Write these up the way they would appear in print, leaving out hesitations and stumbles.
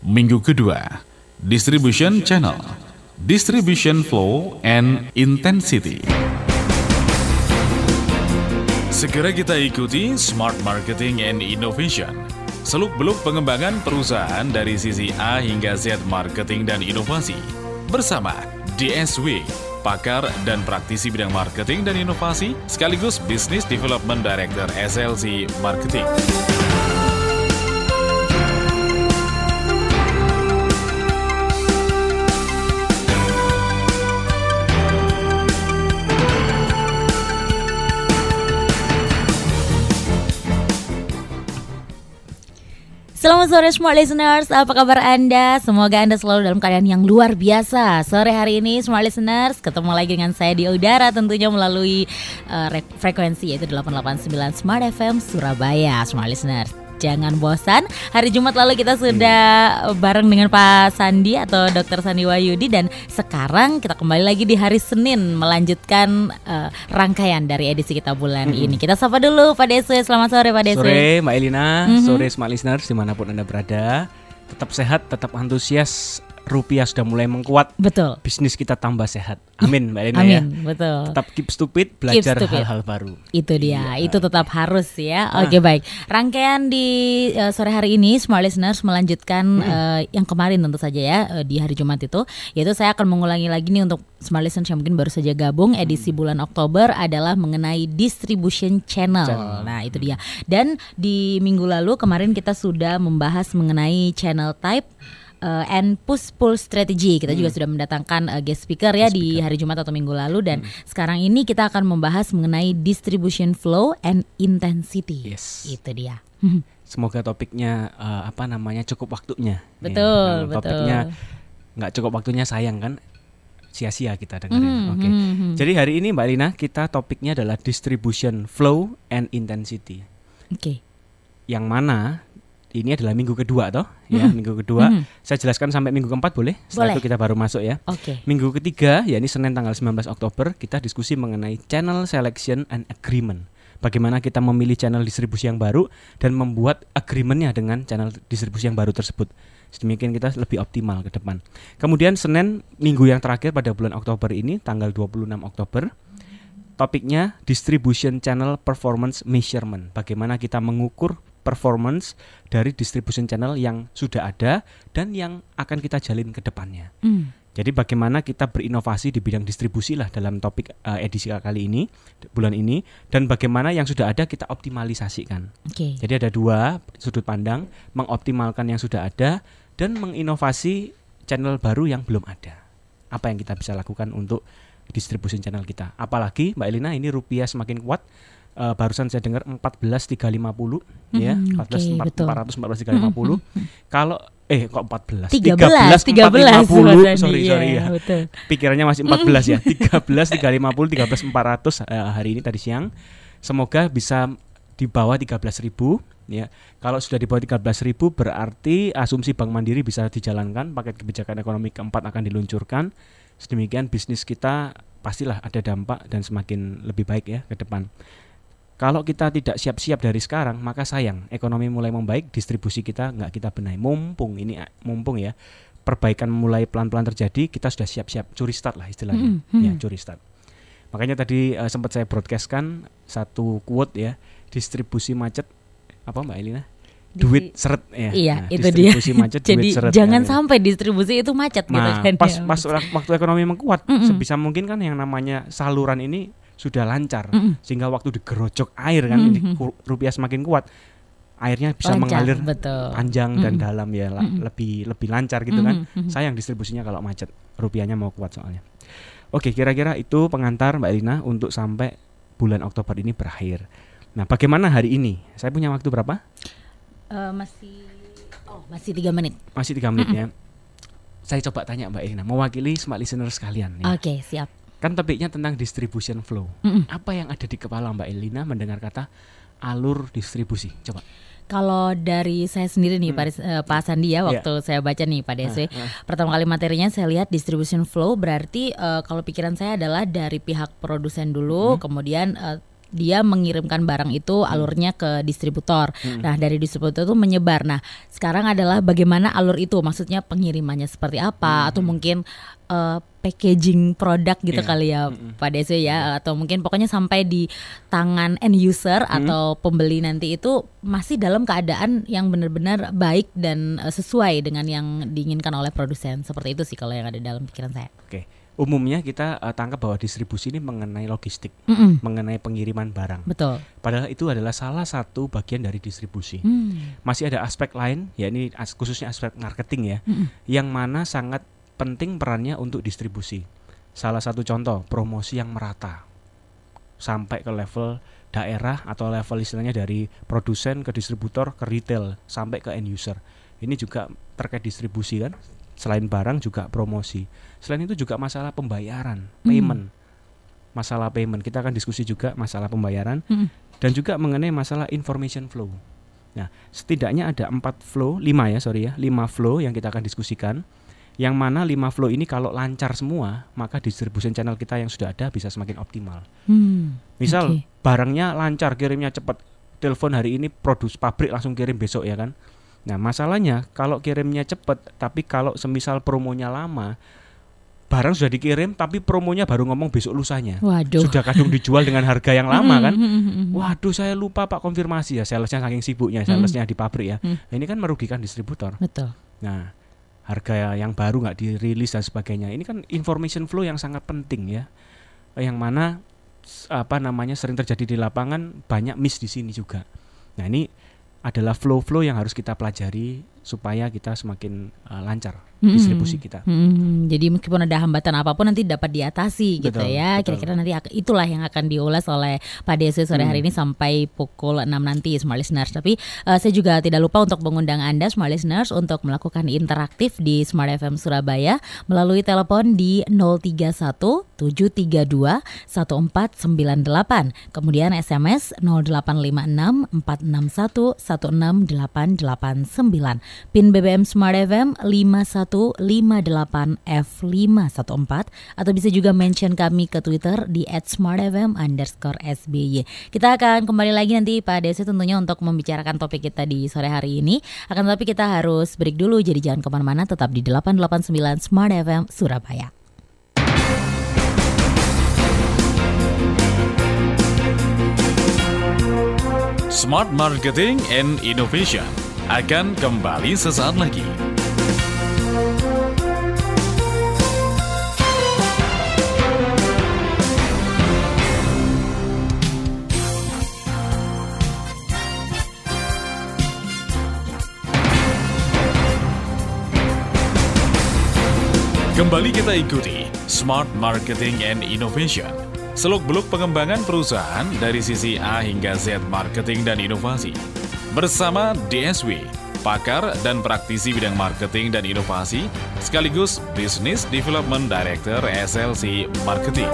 minggu kedua. Distribution Channel, Distribution Flow and Intensity. Segera kita ikuti Smart Marketing and Innovation, seluk-beluk pengembangan perusahaan dari sisi A hingga Z marketing dan inovasi. Bersama DSW, pakar dan praktisi bidang marketing dan inovasi, sekaligus Business Development Director SLC Marketing. Selamat sore Smart Listeners, apa kabar Anda? Semoga Anda selalu dalam keadaan yang luar biasa. Sore hari ini Smart Listeners ketemu lagi dengan saya di udara, tentunya melalui frekuensi yaitu 889 Smart FM Surabaya. Smart Listeners, jangan bosan. Hari Jumat lalu kita sudah bareng dengan Pak Sandi atau Dr. Sandi Wahyudi, dan sekarang kita kembali lagi di hari Senin melanjutkan rangkaian dari edisi kita bulan ini. Kita sapa dulu Pak Deswe. Selamat sore Pak Deswe. Sore Mbak Elina, sore Smart Listeners dimanapun Anda berada. Tetap sehat, tetap antusias. Rupiah sudah mulai menguat. Betul. Bisnis kita tambah sehat. Amin Mbak Elina. Amin, ya. Betul. Tetap keep stupid, belajar hal-hal baru. Itu dia, itu tetap harus ya. Oke, baik. Rangkaian di sore hari ini Smart Listeners melanjutkan yang kemarin tentu saja ya, di hari Jumat itu. Yaitu saya akan mengulangi lagi nih untuk Smart Listeners yang mungkin baru saja gabung. Edisi bulan Oktober adalah mengenai distribution channel. Nah itu dia. Dan di minggu lalu kemarin kita sudah membahas mengenai channel type and push-pull strategy. Kita juga sudah mendatangkan guest speaker ya di hari Jumat atau minggu lalu. Dan sekarang ini kita akan membahas mengenai distribution flow and intensity. Yes. Itu dia. Semoga topiknya cukup waktunya. Betul, betul. Topiknya nggak cukup waktunya, sayang kan, sia-sia kita dengerin. Oke. Jadi hari ini Mbak Lina, kita topiknya adalah distribution flow and intensity. Oke. Yang mana ini adalah minggu kedua toh, ya minggu kedua. Saya jelaskan sampai minggu keempat boleh? Setelah itu kita baru masuk ya. Minggu ketiga, ya ini Senin tanggal 19 Oktober, kita diskusi mengenai channel selection and agreement. Bagaimana kita memilih channel distribusi yang baru dan membuat agreementnya dengan channel distribusi yang baru tersebut. Sedemikian kita lebih optimal ke depan. Kemudian Senin minggu yang terakhir pada bulan Oktober ini, tanggal 26 Oktober, topiknya distribution channel performance measurement. Bagaimana kita mengukur performance dari distribution channel yang sudah ada dan yang akan kita jalin ke depannya. Jadi bagaimana kita berinovasi di bidang distribusi lah dalam topik edisi kali ini, bulan ini, dan bagaimana yang sudah ada kita optimalisasikan. Jadi ada dua sudut pandang, mengoptimalkan yang sudah ada dan menginovasi channel baru yang belum ada. Apa yang kita bisa lakukan untuk distribution channel kita? Apalagi Mbak Elina, ini rupiah semakin kuat. Barusan saya dengar 14.350 ya, 14.400 Kalau kok 14? 13.450. Sorry ya. Betul. Pikirannya masih 14 ya. 13.350, 13.400 hari ini tadi siang. Semoga bisa di bawah 13.000 ya. Kalau sudah di bawah 13.000 berarti asumsi Bank Mandiri bisa dijalankan, paket kebijakan ekonomi keempat akan diluncurkan. Sedemikian bisnis kita pastilah ada dampak dan semakin lebih baik ya ke depan. Kalau kita tidak siap-siap dari sekarang, maka sayang, ekonomi mulai membaik, distribusi kita nggak kita benahi. Mumpung ya, perbaikan mulai pelan-pelan terjadi, kita sudah siap-siap, curi start lah istilahnya, ya curi start. Makanya tadi sempat saya broadcastkan satu quote ya, distribusi macet, apa Mbak Elina? Duit seret ya. Iya, nah, itu dia. Macet, jadi duit seret, jangan ya. Sampai distribusi itu macet gitu kan. Pas waktu ekonomi menguat, sebisa mungkin kan yang namanya saluran ini sudah lancar, sehingga waktu digerocok air kan, rupiah semakin kuat, airnya bisa mengalir panjang dan dalam ya, lebih lancar gitu kan. Sayang distribusinya kalau macet, rupiahnya mau kuat soalnya. Oke, kira-kira itu pengantar Mbak Elina untuk sampai bulan Oktober ini berakhir. Nah, bagaimana hari ini? Saya punya waktu berapa? Masih 3 menit. Masih 3 menit ya. Saya coba tanya Mbak Elina, mewakili Smart Listeners sekalian ya. Oke, siap. Kan topiknya tentang distribution flow. Apa yang ada di kepala Mbak Elina mendengar kata alur distribusi? Coba. Kalau dari saya sendiri nih Pak Sandi ya, waktu saya baca nih Pak Deswe, pertama kali materinya saya lihat distribution flow berarti kalau pikiran saya adalah dari pihak produsen dulu, kemudian dia mengirimkan barang itu alurnya ke distributor. Nah, dari distributor itu menyebar. Nah, sekarang adalah bagaimana alur itu, maksudnya pengirimannya seperti apa, atau mungkin packaging produk gitu kali ya Pak Desi ya, atau mungkin pokoknya sampai di tangan end user atau pembeli nanti itu masih dalam keadaan yang benar-benar baik dan sesuai dengan yang diinginkan oleh produsen. Seperti itu sih kalau yang ada dalam pikiran saya. Oke. Umumnya kita tangkap bahwa distribusi ini mengenai logistik, mengenai pengiriman barang. Betul. Padahal itu adalah salah satu bagian dari distribusi. Masih ada aspek lain, ya ini khususnya aspek marketing ya, yang mana sangat penting perannya untuk distribusi. Salah satu contoh, promosi yang merata sampai ke level daerah atau level istilahnya dari produsen ke distributor ke retail sampai ke end user. Ini juga terkait distribusi kan. Selain barang juga promosi. Selain itu juga masalah pembayaran, payment. Masalah payment, kita akan diskusi juga masalah pembayaran dan juga mengenai masalah information flow. Nah, setidaknya ada 5 flow yang kita akan diskusikan. Yang mana 5 flow ini kalau lancar semua, maka distribution channel kita yang sudah ada bisa semakin optimal. Misal barangnya lancar, kirimnya cepat, telepon hari ini produs pabrik langsung kirim besok ya kan. Nah masalahnya kalau kirimnya cepat, tapi kalau semisal promonya lama, barang sudah dikirim tapi promonya baru ngomong besok lusanya. Waduh. Sudah kadung dijual dengan harga yang lama kan. Waduh saya lupa Pak konfirmasi ya, salesnya saking sibuknya, salesnya di pabrik ya. Nah, ini kan merugikan distributor. Betul. Nah harga yang baru nggak dirilis dan sebagainya. Ini kan information flow yang sangat penting ya, yang mana sering terjadi di lapangan, banyak miss di sini juga. Nah ini adalah flow-flow yang harus kita pelajari supaya kita semakin lancar distribusi kita. Jadi meskipun ada hambatan apapun nanti dapat diatasi gitu ya. Betul. Kira-kira nanti itulah yang akan diulas oleh Pak Desi sore hari ini sampai pukul 6 nanti Smart Listeners. Tapi saya juga tidak lupa untuk mengundang Anda Smart Listeners untuk melakukan interaktif di Smart FM Surabaya melalui telepon di 031 732 1498. Kemudian SMS 0856 461 1689. PIN BBM Smart FM 5158F514 atau bisa juga mention kami ke Twitter di @smartfm_sby. Kita akan kembali lagi nanti Pak Desi tentunya untuk membicarakan topik kita di sore hari ini. Akan tetapi kita harus break dulu, jadi jangan kemana-mana, tetap di 889 Smart FM Surabaya. Smart Marketing and Innovation akan kembali sesaat lagi. Kembali kita ikuti Smart Marketing and Innovation. Seluk-beluk pengembangan perusahaan dari sisi A hingga Z marketing dan inovasi. Bersama DSW, pakar dan praktisi bidang marketing dan inovasi, sekaligus Business Development Director SLC Marketing.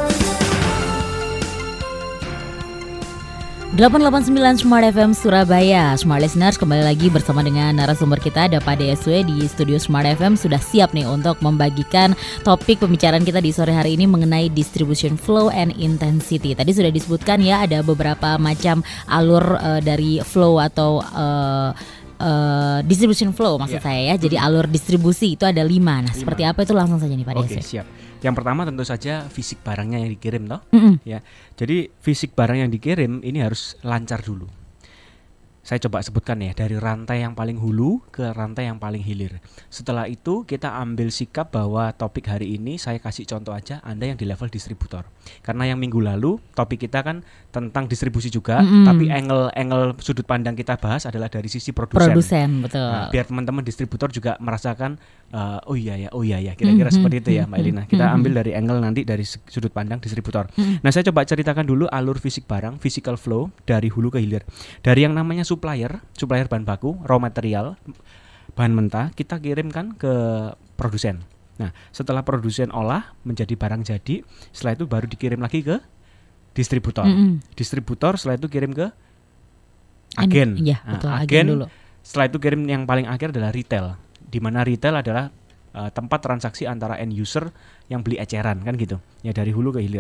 889 Smart FM Surabaya. Smart Listeners, kembali lagi bersama dengan narasumber kita, ada Pak DSW di studio Smart FM. Sudah siap nih untuk membagikan topik pembicaraan kita di sore hari ini mengenai distribution flow and intensity. Tadi sudah disebutkan ya, ada beberapa macam alur dari flow atau distribution flow maksud saya ya. Jadi alur distribusi itu ada 5. Nah, seperti apa itu langsung saja nih Pak DSW. Oke, siap. Yang pertama tentu saja fisik barangnya yang dikirim toh. Ya. Jadi fisik barang yang dikirim ini harus lancar dulu. Saya coba sebutkan ya, dari rantai yang paling hulu ke rantai yang paling hilir. Setelah itu kita ambil sikap bahwa topik hari ini saya kasih contoh aja Anda yang di level distributor. Karena yang minggu lalu topik kita kan tentang distribusi juga, tapi angle sudut pandang kita bahas adalah dari sisi produsen. Betul. Nah, biar teman-teman distributor juga merasakan oh iya ya, kira-kira seperti itu ya Mbak Elina. Kita ambil dari angle nanti dari sudut pandang distributor. Nah, saya coba ceritakan dulu alur fisik barang, physical flow dari hulu ke hilir. Dari yang namanya supplier bahan baku, raw material, bahan mentah, kita kirimkan ke produsen. Nah, setelah produsen olah menjadi barang jadi, setelah itu baru dikirim lagi ke distributor. Distributor setelah itu kirim ke agen. Iya, betul, agen dulu. Setelah itu kirim yang paling akhir adalah retail. Di mana retail adalah tempat transaksi antara end user yang beli eceran kan gitu. Ya, dari hulu ke hilir.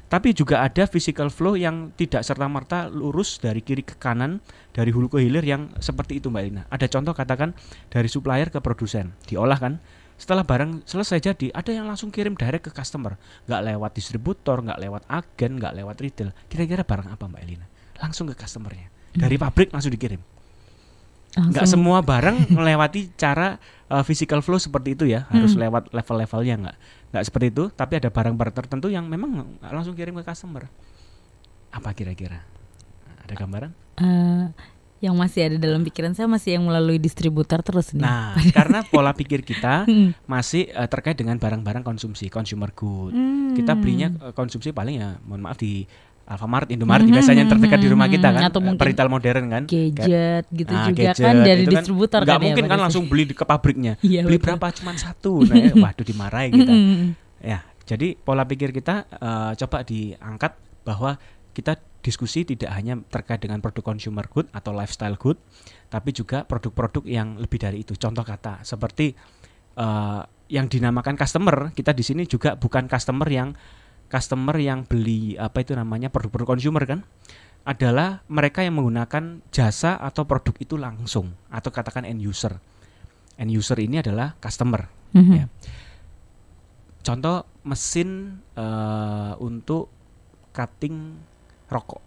Tapi juga ada physical flow yang tidak serta-merta lurus dari kiri ke kanan, dari hulu ke hilir yang seperti itu Mbak Lina. Ada contoh katakan dari supplier ke produsen, diolah kan. Setelah barang selesai jadi, ada yang langsung kirim direct ke customer. Nggak lewat distributor, nggak lewat agen, nggak lewat retail. Kira-kira barang apa Mbak Lina? Langsung ke customernya. Dari pabrik langsung dikirim. Nggak semua barang melewati cara physical flow seperti itu ya. Harus lewat level-levelnya nggak seperti itu, tapi ada barang-barang tertentu yang memang langsung kirim ke customer. Apa kira-kira? Ada gambaran? Yang masih ada dalam pikiran saya masih yang melalui distributor terus nih. Nah, karena pola pikir kita masih terkait dengan barang-barang konsumsi, consumer good. Kita belinya konsumsi paling ya, mohon maaf di Alfamart, Indomaret biasanya yang terdekat di rumah kita kan, peritel modern kan, gadget gitu juga gadget, kan dari distributor kan. Nggak mungkin kan langsung beli ke pabriknya, beli betul. Berapa cuman satu, nah, waduh dimarahi kita. Ya, jadi pola pikir kita coba diangkat bahwa kita diskusi tidak hanya terkait dengan produk consumer good atau lifestyle good, tapi juga produk-produk yang lebih dari itu. Contoh kata seperti yang dinamakan customer, kita di sini juga bukan customer yang beli apa itu namanya produk-produk consumer kan, adalah mereka yang menggunakan jasa atau produk itu langsung, atau katakan end user. End user ini adalah customer. Ya. Contoh mesin untuk cutting rokok.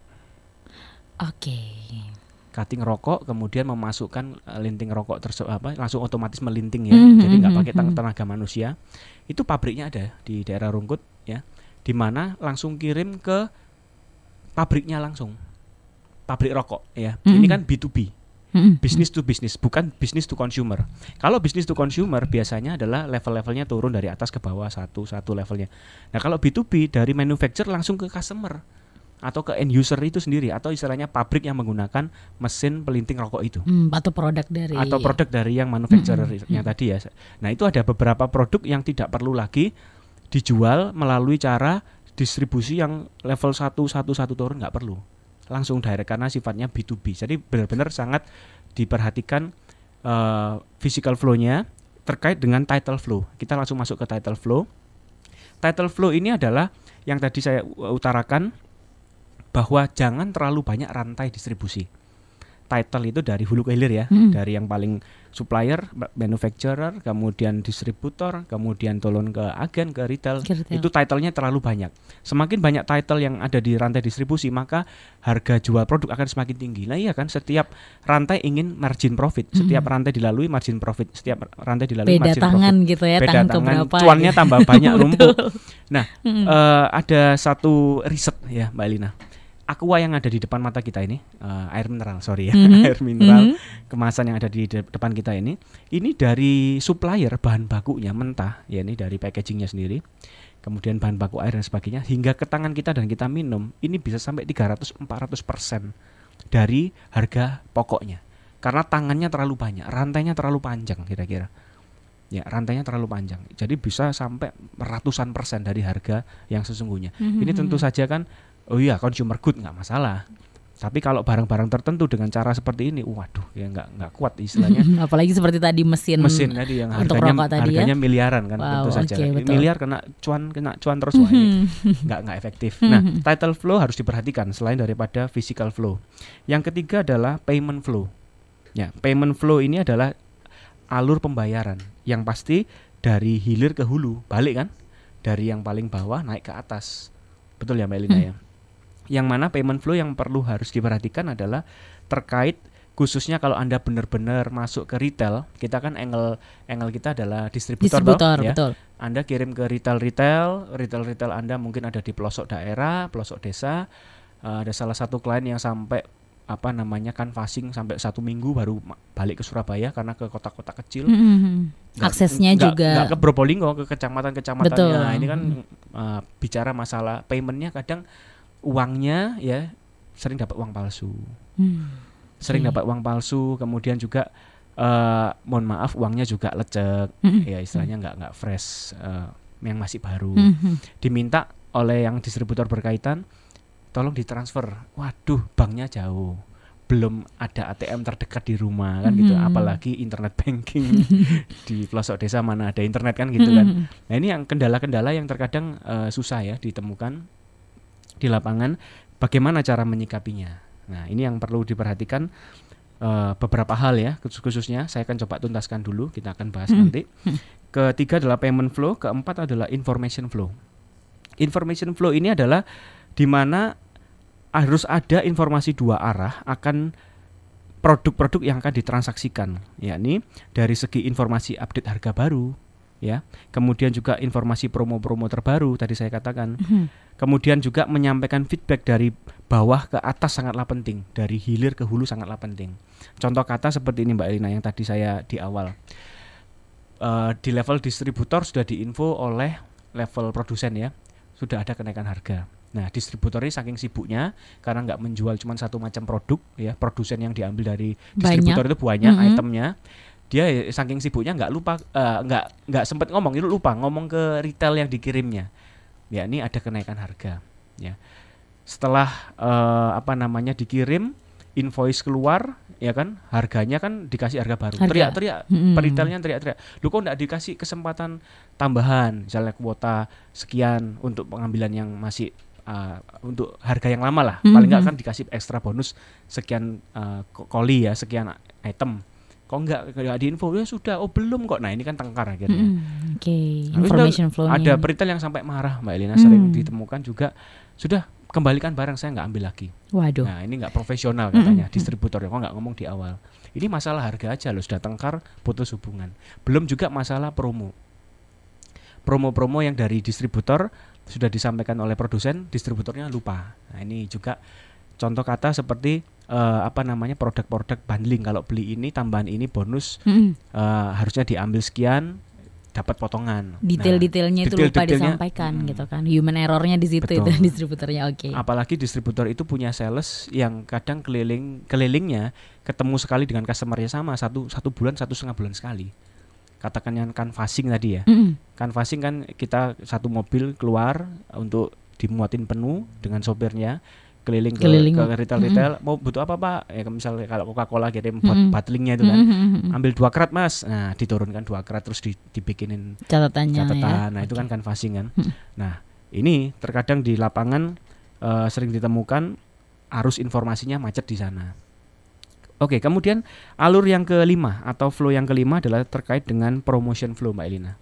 Cutting rokok, kemudian memasukkan linting rokok tersebut langsung otomatis melinting ya, jadi nggak pakai tenaga manusia. Itu pabriknya ada di daerah Rungkut ya. Di mana langsung kirim ke pabriknya langsung, pabrik rokok ya. Ini kan B2B, business to business, bukan business to consumer. Kalau business to consumer biasanya adalah level-levelnya turun dari atas ke bawah satu levelnya. Nah kalau B2B dari manufacturer langsung ke customer atau ke end user itu sendiri, atau istilahnya pabrik yang menggunakan mesin pelinting rokok itu, atau produk dari yang manufacturer-nya tadi ya. Nah itu ada beberapa produk yang tidak perlu lagi dijual melalui cara distribusi yang level 1 turun, nggak perlu, langsung direct karena sifatnya B2B. Jadi benar-benar sangat diperhatikan physical flow-nya terkait dengan title flow. Kita langsung masuk ke title flow. Title flow ini adalah yang tadi saya utarakan bahwa jangan terlalu banyak rantai distribusi. Title itu dari hulu ke hilir ya, dari yang paling supplier, manufacturer, kemudian distributor, kemudian turun ke agen, ke retail. Itu title-nya terlalu banyak. Semakin banyak title yang ada di rantai distribusi, maka harga jual produk akan semakin tinggi. Nah iya kan, setiap rantai ingin margin profit, setiap rantai dilalui margin profit, setiap rantai dilalui beda margin tangan profit. Gitu ya, beda tangan keberapa, cuannya gitu. Tambah banyak numpuk. Nah ada satu riset ya Mbak Lina. Aqua yang ada di depan mata kita ini, air mineral, air mineral kemasan yang ada di depan kita ini dari supplier bahan bakunya mentah, ya ini dari packagingnya sendiri, kemudian bahan baku air dan sebagainya, hingga ke tangan kita dan kita minum, ini bisa sampai 300-400% dari harga pokoknya, karena tangannya terlalu banyak, rantainya terlalu panjang kira-kira. Ya, rantainya terlalu panjang, jadi bisa sampai ratusan persen dari harga yang sesungguhnya. Ini tentu saja kan, oh iya consumer good nggak masalah. Tapi kalau barang-barang tertentu dengan cara seperti ini, waduh ya nggak kuat istilahnya. Apalagi seperti tadi mesin tadi yang harganya miliaran kan, tentu saja. Miliar kena cuan terus, wah ini nggak efektif. Nah title flow harus diperhatikan selain daripada physical flow. Yang ketiga adalah payment flow. Ya, payment flow ini adalah alur pembayaran yang pasti dari hilir ke hulu, balik kan, dari yang paling bawah naik ke atas. Betul ya Mbak Lina ya. Yang mana payment flow yang perlu harus diperhatikan adalah terkait khususnya kalau Anda benar-benar masuk ke retail, kita kan angle kita adalah distributor ya. Betul. Anda kirim ke retail Anda mungkin ada di pelosok daerah, pelosok desa. Ada salah satu klien yang sampai canvassing sampai 1 minggu baru balik ke Surabaya karena ke kota-kota kecil. Aksesnya juga nggak ke Probolinggo, ke kecamatan-kecamatannya. Nah, ini kan bicara masalah paymentnya, kadang uangnya ya sering dapat uang palsu. Dapat uang palsu, kemudian juga mohon maaf uangnya juga lecek, ya istilahnya nggak fresh, yang masih baru. Diminta oleh yang distributor berkaitan, tolong ditransfer. Waduh, banknya jauh, belum ada ATM terdekat di rumah kan gitu, apalagi internet banking di pelosok desa mana ada internet kan gitu kan. Nah ini yang kendala-kendala yang terkadang susah ya ditemukan di lapangan, bagaimana cara menyikapinya. Nah, ini yang perlu diperhatikan, beberapa hal ya, khususnya saya akan coba tuntaskan dulu, kita akan bahas nanti. Ketiga adalah payment flow, keempat adalah information flow. Information flow ini adalah di mana harus ada informasi dua arah akan produk-produk yang akan ditransaksikan, yakni dari segi informasi update harga baru, ya, kemudian juga informasi promo-promo terbaru tadi saya katakan, kemudian juga menyampaikan feedback dari bawah ke atas sangatlah penting, dari hilir ke hulu sangatlah penting. Contoh kata seperti ini Mbak Elina yang tadi saya di awal, di level distributor sudah diinfo oleh level produsen ya, sudah ada kenaikan harga. Nah, distributor ini saking sibuknya karena nggak menjual cuma satu macam produk ya, produsen yang diambil dari distributor itu banyak itemnya. Dia saking sibuknya nggak nggak sempat ngomong, itu lupa ngomong ke retail yang dikirimnya. Ya, ini ada kenaikan harga ya. Setelah dikirim, invoice keluar ya kan, harganya kan dikasih harga baru. Teriak-teriak, peritelnya teriak-teriak. Lu kok enggak dikasih kesempatan tambahan, misalnya kuota sekian untuk pengambilan yang masih untuk harga yang lama lah. Paling enggak kan dikasih ekstra bonus sekian koli ya, sekian item. Kok enggak diinfo, ya sudah, oh belum kok. Nah, ini kan tengkar akhirnya. Information flow. Ada peritel yang sampai marah Mbak Elina, sering ditemukan juga, sudah kembalikan barang saya nggak ambil lagi. Waduh. Nah, ini nggak profesional katanya distributor, kok nggak ngomong di awal. Ini masalah harga aja loh, sudah tengkar, putus hubungan. Belum juga masalah promo-promo yang dari distributor sudah disampaikan oleh produsen, distributornya lupa. Nah, ini juga contoh kata seperti produk-produk bundling. Kalau beli ini tambahan ini bonus, harusnya diambil sekian, dapat potongan. Detail-detailnya itu lupa disampaikan gitu kan. Human errornya di situ itu distributornya. Apalagi distributor itu punya sales yang kadang kelilingnya ketemu sekali dengan customer-nya sama, satu bulan, 1,5 bulan sekali. Katakan yang canvassing tadi ya. Canvassing kan kita satu mobil keluar untuk dimuatin penuh dengan sopirnya, keliling ke retail-retail, mau butuh apa Pak? Ya misalnya kalau Coca-Cola kirim buat bottlingnya itu kan, ambil 2 krat Mas. Nah, diturunkan 2 krat terus dibikinin catatan. Ya? Nah, itu kan canvassing kan. Nah, ini terkadang di lapangan sering ditemukan arus informasinya macet di sana. Oke, kemudian alur yang kelima atau flow yang kelima adalah terkait dengan promotion flow Mbak Elina.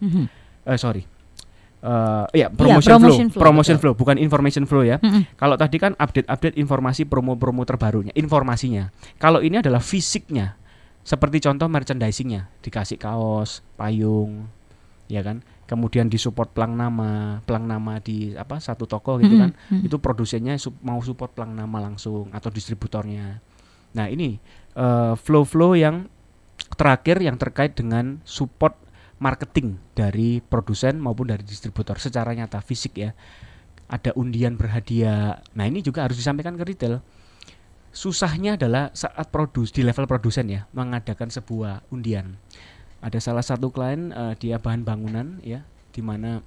Promotion flow bukan information flow ya. Kalau tadi kan update informasi promo-promo terbarunya, informasinya. Kalau ini adalah fisiknya. Seperti contoh merchandisingnya, dikasih kaos, payung, ya kan. Kemudian disupport plang nama di satu toko gitu kan. Itu produsennya mau support plang nama langsung atau distributornya. Nah, ini flow-flow yang terakhir yang terkait dengan support marketing dari produsen maupun dari distributor secara nyata fisik ya. Ada undian berhadiah. Nah, ini juga harus disampaikan ke retail. Susahnya adalah saat di level produsen ya, mengadakan sebuah undian. Ada salah satu klien dia bahan bangunan ya, di mana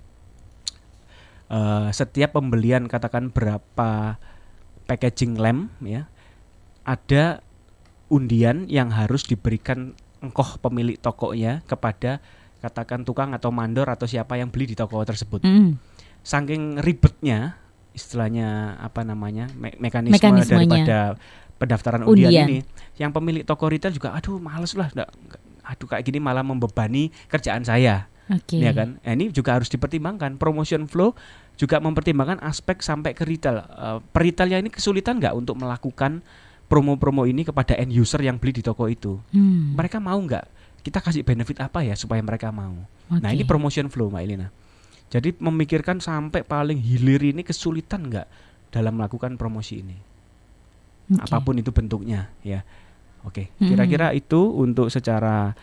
setiap pembelian katakan berapa packaging lem ya, ada undian yang harus diberikan engkoh pemilik tokonya kepada katakan tukang atau mandor atau siapa yang beli di toko tersebut. Saking ribetnya istilahnya mekanisme daripada pendaftaran undian ini, yang pemilik toko retail juga males lah, kayak gini malah membebani kerjaan saya. Ya kan? Nah, ini juga harus dipertimbangkan. Promotion flow juga mempertimbangkan aspek sampai ke retail. Peretailnya ini kesulitan nggak untuk melakukan promo-promo ini kepada end user yang beli di toko itu. Mereka mau nggak? Kita kasih benefit apa ya supaya mereka mau. Nah, ini promotion flow Mbak Elina. Jadi memikirkan sampai paling hilir ini kesulitan nggak dalam melakukan promosi ini. Apapun itu bentuknya ya. Kira-kira itu untuk secara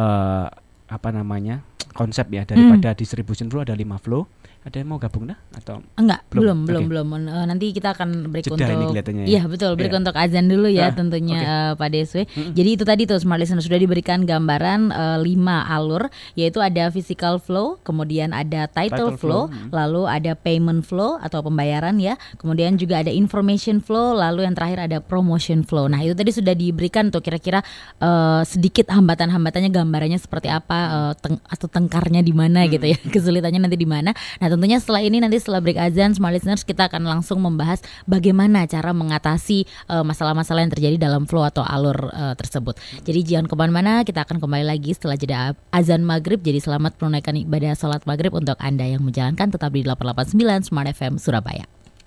konsep ya daripada distribution flow. Ada 5 flow. Ada yang mau gabung atau enggak? Belum. Nanti kita akan break jeda untuk ya. Betul, break untuk azan dulu ya tentunya Pak Deswe. Jadi itu tadi tuh Smart Listener sudah diberikan gambaran 5 alur, yaitu ada physical flow, kemudian ada title flow, lalu ada payment flow atau pembayaran ya. Kemudian juga ada information flow, lalu yang terakhir ada promotion flow. Nah, itu tadi sudah diberikan tuh kira-kira sedikit hambatan-hambatannya, gambarannya seperti apa atau tengkarnya di mana gitu ya, kesulitannya nanti di mana. Nah tentunya setelah ini, nanti setelah break azan, Smart Listeners, kita akan langsung membahas bagaimana cara mengatasi masalah-masalah yang terjadi dalam flow atau alur tersebut. Jadi jangan kemana-mana, kita akan kembali lagi setelah jeda azan maghrib. Jadi selamat menunaikan ibadah sholat maghrib untuk Anda yang menjalankan, tetap di 889 Smart FM Surabaya.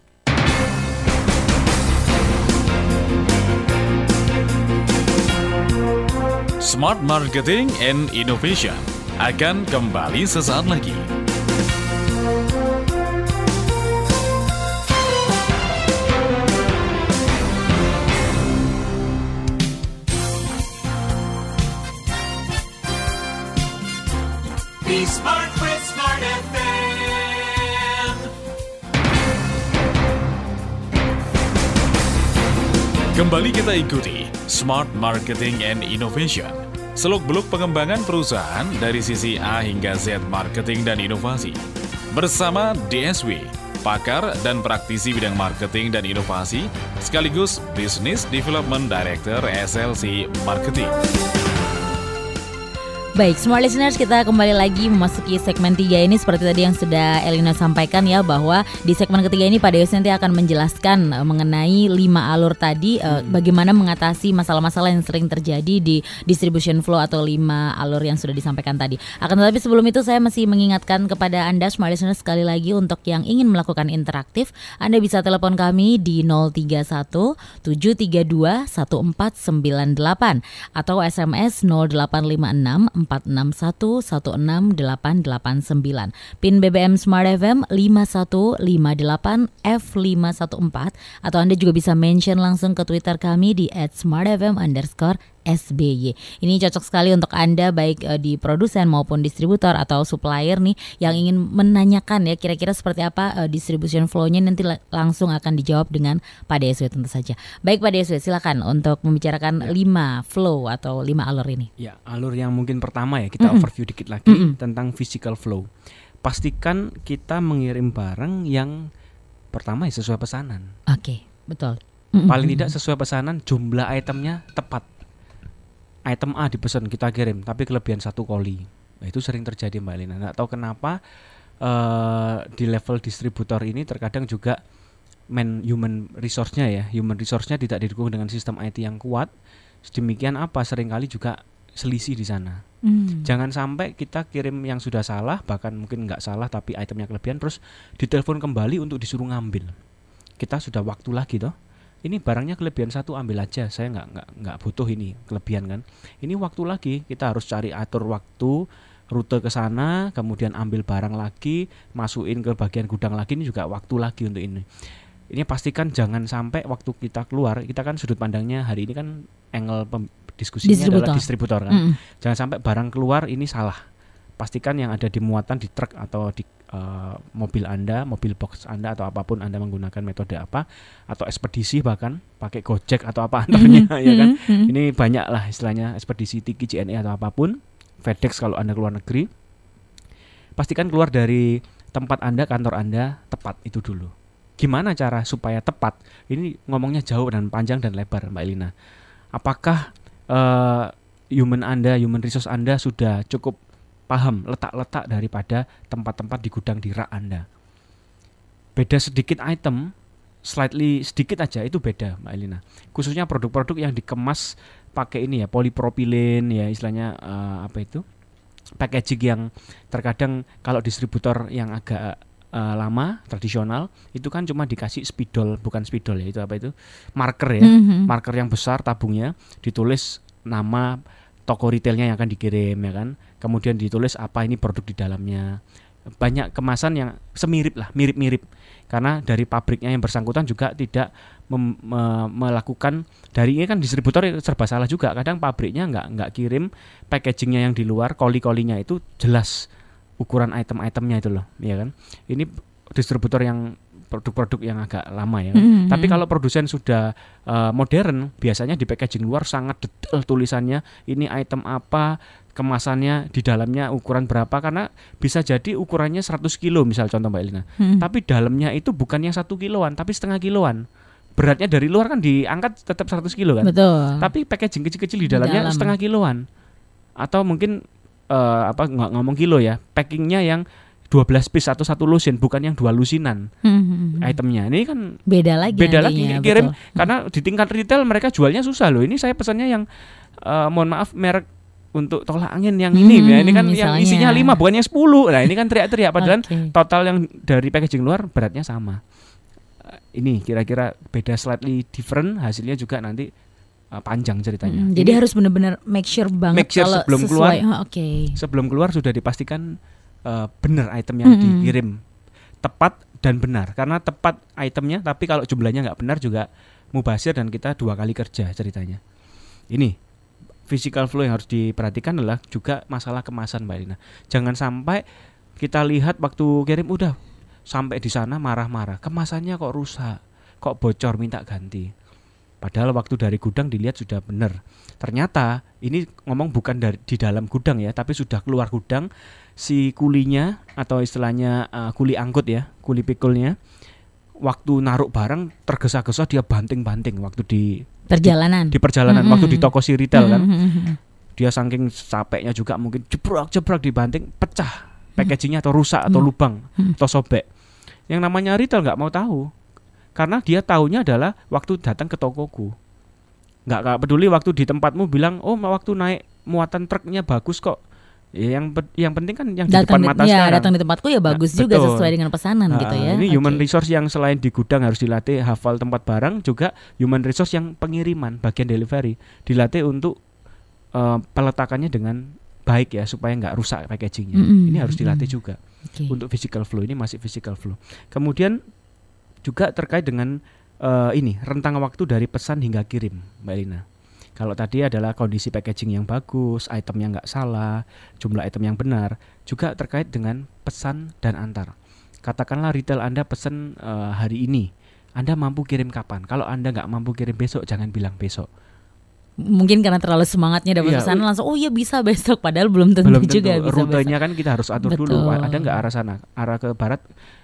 Smart Marketing and Innovation akan kembali sesaat lagi. Be smart with Smart FM. Kembali kita ikuti Smart Marketing and Innovation, seluk-beluk pengembangan perusahaan dari sisi A hingga Z marketing dan inovasi. Bersama DSW, pakar dan praktisi bidang marketing dan inovasi, sekaligus Business Development Director SLC Marketing. Baik, Smart Listeners, kita kembali lagi memasuki segmen 3 ini. Seperti tadi yang sudah Elina sampaikan ya, bahwa di segmen ketiga ini Pak Deus nanti akan menjelaskan mengenai 5 alur tadi, bagaimana mengatasi masalah-masalah yang sering terjadi di distribution flow atau 5 alur yang sudah disampaikan tadi. Akan tetapi sebelum itu saya masih mengingatkan kepada Anda Smart Listeners sekali lagi, untuk yang ingin melakukan interaktif, Anda bisa telepon kami di 031 732 1498 atau SMS 0856 461 16889. PIN BBM Smart FM 5158 F514, atau Anda juga bisa mention langsung ke Twitter kami di @smartfm_SBY. Ini cocok sekali untuk Anda, baik di produsen maupun distributor atau supplier nih, yang ingin menanyakan ya kira-kira seperti apa distribution flow-nya, nanti langsung akan dijawab dengan Pak DSW tentu saja. Baik Pak DSW, silakan untuk membicarakan 5 flow atau 5 alur ini. Ya, alur yang mungkin pertama ya, kita overview dikit lagi tentang physical flow. Pastikan kita mengirim barang yang pertama ya sesuai pesanan. Oke, betul. Paling tidak sesuai pesanan, jumlah itemnya tepat. Item A dipesan kita kirim, tapi kelebihan 1 koli. Nah, itu sering terjadi Mbak Lina. Nggak tahu kenapa di level distributor ini terkadang juga human resource-nya tidak didukung dengan sistem IT yang kuat. Sedemikian apa seringkali juga selisih di sana. Jangan sampai kita kirim yang sudah salah, bahkan mungkin nggak salah tapi itemnya kelebihan, terus ditelepon kembali untuk disuruh ngambil. Kita sudah waktu lagi toh. Ini barangnya kelebihan 1, ambil aja. Saya nggak butuh ini kelebihan kan. Ini waktu lagi, kita harus cari atur waktu, rute ke sana, kemudian ambil barang lagi, masukin ke bagian gudang lagi. Ini juga waktu lagi untuk ini. Ini pastikan jangan sampai waktu kita keluar, kita kan sudut pandangnya hari ini kan angle diskusinya adalah distributor kan. Jangan sampai barang keluar ini salah. Pastikan yang ada di muatan di truk atau di mobil Anda, mobil box Anda atau apapun Anda menggunakan metode apa, atau ekspedisi bahkan pakai Gojek atau apa antaranya ya kan. Ini banyak lah istilahnya, ekspedisi Tiki, JNE atau apapun, FedEx kalau Anda keluar negeri. Pastikan keluar dari tempat Anda, kantor Anda tepat itu dulu. Gimana cara supaya tepat? Ini ngomongnya jauh dan panjang dan lebar Mbak Elina. Apakah human resource Anda sudah cukup paham letak-letak daripada tempat-tempat di gudang di rak Anda? Beda sedikit item, slightly sedikit aja itu beda Mbak Elina. Khususnya produk-produk yang dikemas pakai ini ya, polipropilen ya istilahnya, packaging yang terkadang kalau distributor yang agak lama tradisional itu kan cuma dikasih bukan spidol ya, itu marker ya, marker yang besar tabungnya, ditulis nama toko retailnya yang akan dikirim ya kan, kemudian ditulis apa ini produk di dalamnya. Banyak kemasan yang mirip-mirip karena dari pabriknya yang bersangkutan juga tidak melakukan, dari ini kan distributor serba salah juga, kadang pabriknya nggak kirim packagingnya yang di luar, koli-kolinya itu jelas ukuran item-itemnya itu loh, ya kan. Ini distributor yang produk-produk yang agak lama ya kan? Tapi kalau produsen sudah modern, biasanya di packaging luar sangat detail tulisannya, ini item apa, kemasannya di dalamnya ukuran berapa, karena bisa jadi ukurannya 100 kilo misal contoh Mbak Elina, tapi dalamnya itu bukan yang 1 kiloan tapi setengah kiloan. Beratnya dari luar kan diangkat tetap 100 kilo kan. Betul. Tapi packaging kecil-kecil di dalamnya setengah kiloan. Atau mungkin nggak ngomong kilo ya, packingnya yang 12 piece atau satu lusin, bukan yang 2 lusinan itemnya. Ini kan beda lagi kirim, karena di tingkat retail mereka jualnya susah loh. Ini saya pesannya yang mohon maaf merek untuk tolak angin yang ini ya. Ini kan misalnya, yang isinya 5 bukan yang 10. Nah ini kan teriak-teriak padahal total yang dari packaging luar beratnya sama. Ini kira-kira beda, slightly different, hasilnya juga nanti panjang ceritanya. Jadi harus benar-benar make sure banget kalau sebelum sesuai. Keluar, sebelum keluar sudah dipastikan benar item yang dikirim, tepat dan benar. Karena tepat itemnya, tapi kalau jumlahnya nggak benar juga mubazir dan kita 2 kali kerja ceritanya. Ini physical flow yang harus diperhatikan adalah juga masalah kemasan, Mbak Lina. Jangan sampai kita lihat waktu kirim udah sampai di sana marah-marah, kemasannya kok rusak, kok bocor, minta ganti. Padahal waktu dari gudang dilihat sudah benar. Ternyata ini ngomong bukan di dalam gudang ya, tapi sudah keluar gudang, si kulinya atau istilahnya kuli angkut ya, kuli pikulnya, waktu naruh barang tergesa-gesa dia banting-banting waktu di perjalanan waktu di toko si retail kan. Dia saking capeknya juga mungkin jebrak dibanting, pecah packagingnya atau rusak atau lubang atau sobek. Yang namanya retail nggak mau tahu. Karena dia taunya adalah waktu datang ke tokoku. Nggak peduli waktu di tempatmu bilang, oh waktu naik muatan truknya bagus kok. Ya, yang penting kan yang di depan mata sekarang. Datang di tempatku ya bagus juga, betul, sesuai dengan pesanan gitu ya. Ini human resource yang selain di gudang harus dilatih hafal tempat barang, juga human resource yang pengiriman bagian delivery dilatih untuk peletakannya dengan baik ya, supaya nggak rusak packagingnya. Ini harus dilatih juga. Untuk physical flow, ini masih physical flow. Kemudian juga terkait dengan ini rentang waktu dari pesan hingga kirim, Mbak Lina. Kalau tadi adalah kondisi packaging yang bagus, itemnya nggak salah, jumlah item yang benar, juga terkait dengan pesan dan antar. Katakanlah retail Anda pesan hari ini, Anda mampu kirim kapan? Kalau Anda nggak mampu kirim besok, jangan bilang besok. Mungkin karena terlalu semangatnya dapat pesanan langsung, oh iya bisa besok, padahal belum tentu juga bisa rutenya besok. Kan kita harus atur dulu, ada nggak arah sana, arah ke barat,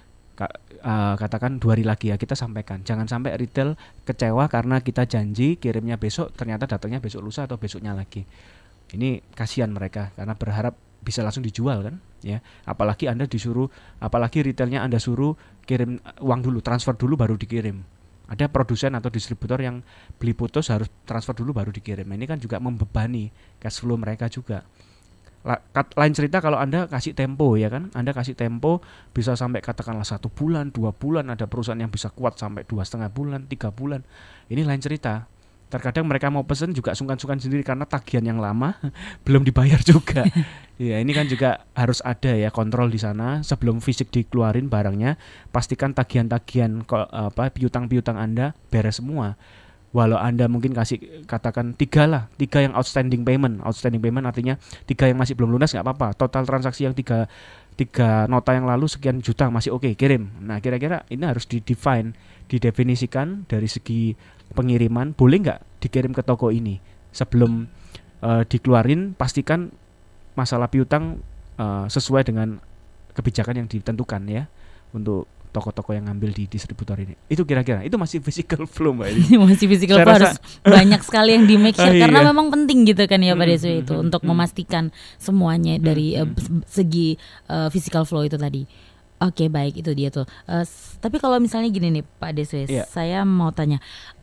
katakan 2 hari lagi ya kita sampaikan. Jangan sampai retail kecewa karena kita janji kirimnya besok, ternyata datangnya besok lusa atau besoknya lagi. Ini kasihan mereka karena berharap bisa langsung dijual kan ya. Apalagi Anda disuruh, apalagi retailnya Anda suruh kirim uang dulu, transfer dulu baru dikirim. Ada produsen atau distributor yang beli putus harus transfer dulu baru dikirim. Ini kan juga membebani cash flow mereka juga. Lain cerita kalau Anda kasih tempo ya kan, Anda kasih tempo bisa sampai katakanlah 1 bulan, 2 bulan, ada perusahaan yang bisa kuat sampai 2,5 bulan, 3 bulan. Ini lain cerita. Terkadang mereka mau pesen juga sungkan-sungkan sendiri karena tagihan yang lama belum dibayar juga. Ya ini kan juga harus ada ya kontrol di sana sebelum fisik dikeluarin barangnya. Pastikan tagihan-tagihan piutang-piutang Anda beres semua. Walau Anda mungkin kasih katakan 3 yang outstanding payment artinya 3 yang masih belum lunas nggak apa-apa. Total transaksi yang 3 nota yang lalu sekian juta masih oke, kirim. Nah kira-kira ini harus didefinisikan dari segi pengiriman, boleh nggak dikirim ke toko ini sebelum dikeluarin. Pastikan masalah piutang sesuai dengan kebijakan yang ditentukan ya untuk toko-toko yang ngambil di distributor ini. Itu kira-kira itu masih physical flow Mbak Eli. Masih physical flow, harus banyak sekali yang di make sure karena memang penting gitu kan ya Pak Deswi itu untuk memastikan semuanya dari segi physical flow itu tadi. Oke, baik, itu dia tuh. Tapi kalau misalnya gini nih Pak Deswi, saya mau tanya,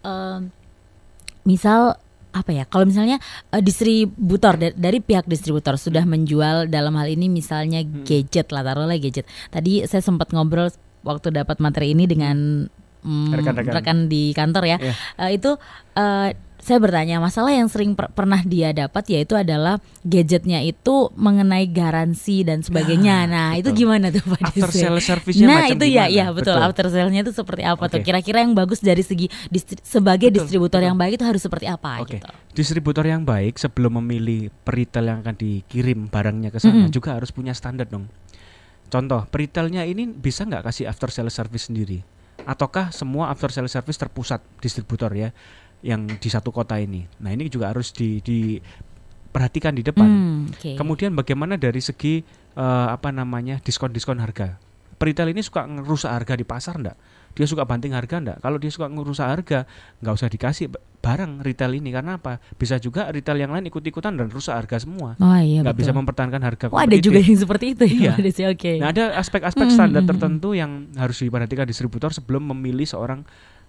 misal apa ya? Kalau misalnya distributor dari pihak distributor sudah menjual dalam hal ini misalnya gadget lah, taruhlah gadget. Tadi saya sempat ngobrol waktu dapat materi ini dengan rekan di kantor ya. Itu saya bertanya, masalah yang sering pernah dia dapat yaitu adalah gadgetnya itu mengenai garansi dan sebagainya. Nah betul. Itu gimana tuh Pak Deswi? After sales service-nya macam itu gimana? ya betul. After sales-nya itu seperti apa tuh? Kira-kira yang bagus dari segi sebagai distributor yang baik itu harus seperti apa gitu? Distributor yang baik sebelum memilih peritel yang akan dikirim barangnya ke sana juga harus punya standar dong. Contoh, peritelnya ini bisa nggak kasih after sales service sendiri? Ataukah semua after sales service terpusat distributor ya, yang di satu kota ini? Nah ini juga harus diperhatikan di depan. Kemudian bagaimana dari segi diskon-diskon harga? Peritel ini suka ngerusak harga di pasar enggak? Dia suka banting harga enggak? Kalau dia suka ngerusak harga, enggak usah dikasih barang retail ini. Karena apa? Bisa juga retail yang lain ikut-ikutan dan rusak harga semua. Oh iya, enggak bisa mempertahankan harga kompetitif. Ada juga yang seperti itu ya. Iya. Okay. Nah, ada aspek-aspek standar tertentu yang harus diperhatikan distributor sebelum memilih seorang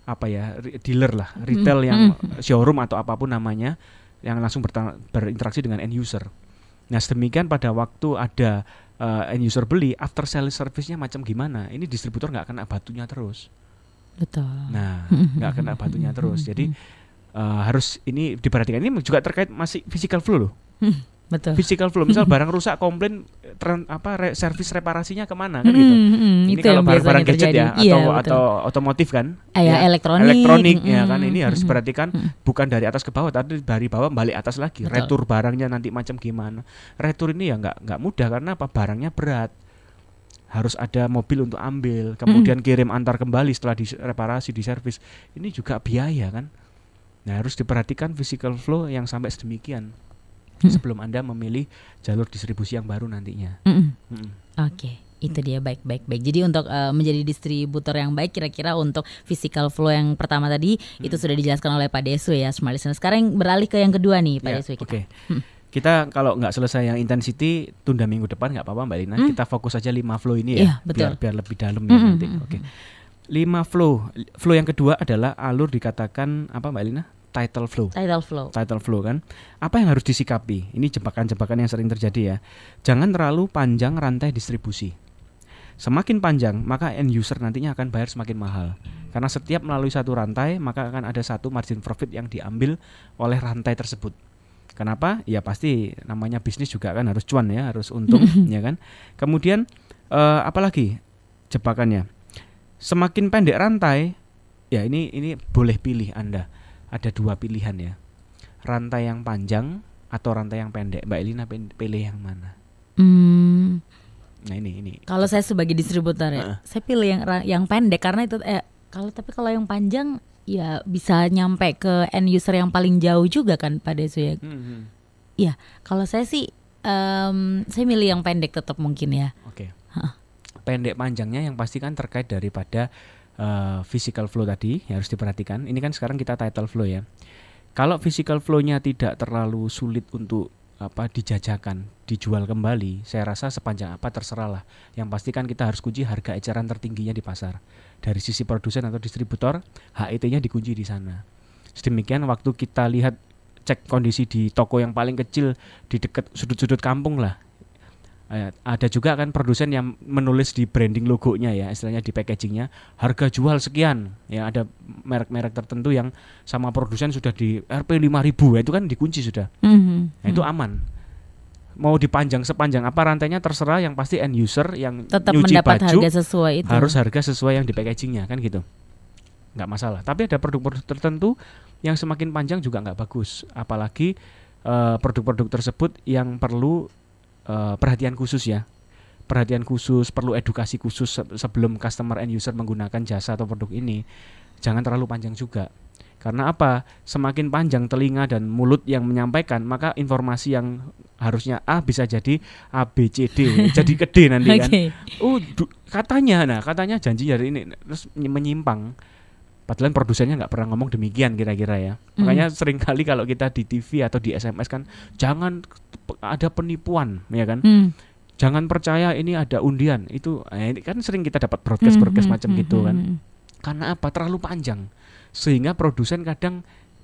dealer lah, retail yang showroom atau apapun namanya yang langsung berinteraksi dengan end user. Nah, sedemikian pada waktu ada end user beli, after sales service-nya macam gimana? Ini distributor nggak kena batunya terus. Betul. Nah, nggak kena batunya terus. Jadi harus ini diperhatikan. Ini juga terkait masih physical flow loh. Betul. Physical flow, misal barang rusak, komplain, servis reparasinya kemana kan gitu. Ini kalau barang-barang gadget ya, atau otomotif kan, elektronik ya kan, ini harus diperhatikan bukan dari atas ke bawah, tapi dari bawah balik atas lagi. Betul. Retur barangnya nanti macam gimana? Retur ini ya nggak mudah karena apa? Barangnya berat. Harus ada mobil untuk ambil, kemudian kirim antar kembali setelah direparasi, diservis. Ini juga biaya kan. Nah, harus diperhatikan physical flow yang sampai sedemikian sebelum Anda memilih jalur distribusi yang baru nantinya. Oke, itu dia baik. Jadi untuk menjadi distributor yang baik, kira-kira untuk physical flow yang pertama tadi itu sudah dijelaskan oleh Pak Desu ya, Smart Listener. Sekarang beralih ke yang kedua nih, Pak Desu. Oke. Kita kalau nggak selesai yang intensity, tunda minggu depan nggak apa-apa Mbak Lina. Kita fokus aja 5 flow ini ya, biar lebih dalam ya nanti. Oke. 5 flow. Flow yang kedua adalah alur dikatakan apa Mbak Lina? Title flow kan. Apa yang harus disikapi? Ini jebakan-jebakan yang sering terjadi ya. Jangan terlalu panjang rantai distribusi. Semakin panjang, maka end user nantinya akan bayar semakin mahal. Karena setiap melalui satu rantai, maka akan ada satu margin profit yang diambil oleh rantai tersebut. Kenapa? Ya pasti namanya bisnis juga kan harus cuan ya, harus untung ya kan. Kemudian apalagi jebakannya? Semakin pendek rantai, ya ini boleh pilih Anda. Ada 2 pilihan ya. Rantai yang panjang atau rantai yang pendek. Mbak Elina pilih yang mana? Nah ini. Kalau saya sebagai distributor ya, saya pilih yang pendek karena itu kalau yang panjang ya bisa nyampe ke end user yang paling jauh juga kan Pak Desu ya. Iya, kalau saya sih saya milih yang pendek tetap mungkin ya. Oke. Pendek panjangnya yang pasti kan terkait daripada physical flow tadi harus diperhatikan. Ini kan sekarang kita title flow ya. Kalau physical flow-nya tidak terlalu sulit untuk dijajakan, dijual kembali, saya rasa sepanjang apa terserah lah. Yang pasti kan kita harus kunci harga eceran tertingginya di pasar. Dari sisi produsen atau distributor, HET-nya dikunci di sana. Sedemikian waktu kita lihat cek kondisi di toko yang paling kecil di dekat sudut-sudut kampung lah. Ada juga kan produsen yang menulis di branding logonya ya, istilahnya di packagingnya harga jual sekian ya, ada merek-merek tertentu yang sama produsen sudah di Rp 5.000 ya, itu kan dikunci sudah. Nah, itu aman. Mau dipanjang sepanjang apa rantainya terserah, yang pasti end user yang tetap nyuci mendapat baju harga sesuai itu. Harus harga sesuai yang di packagingnya kan gitu. Nggak masalah. Tapi ada produk-produk tertentu yang semakin panjang juga nggak bagus, apalagi produk-produk tersebut yang perlu perhatian khusus ya. Perhatian khusus, perlu edukasi khusus sebelum customer end user menggunakan jasa atau produk ini. Jangan terlalu panjang juga. Karena apa? Semakin panjang telinga dan mulut yang menyampaikan, maka informasi yang harusnya A bisa jadi A, B, C, D, jadi ke D nanti kan. Katanya janji dari ini terus menyimpang. Padahal produsennya nggak pernah ngomong demikian kira-kira ya. Makanya sering kali kalau kita di TV atau di SMS kan, jangan ada penipuan ya kan. Jangan percaya ini ada undian. Itu ini kan sering kita dapat broadcast macam gitu kan. Karena apa? Terlalu panjang. Sehingga produsen kadang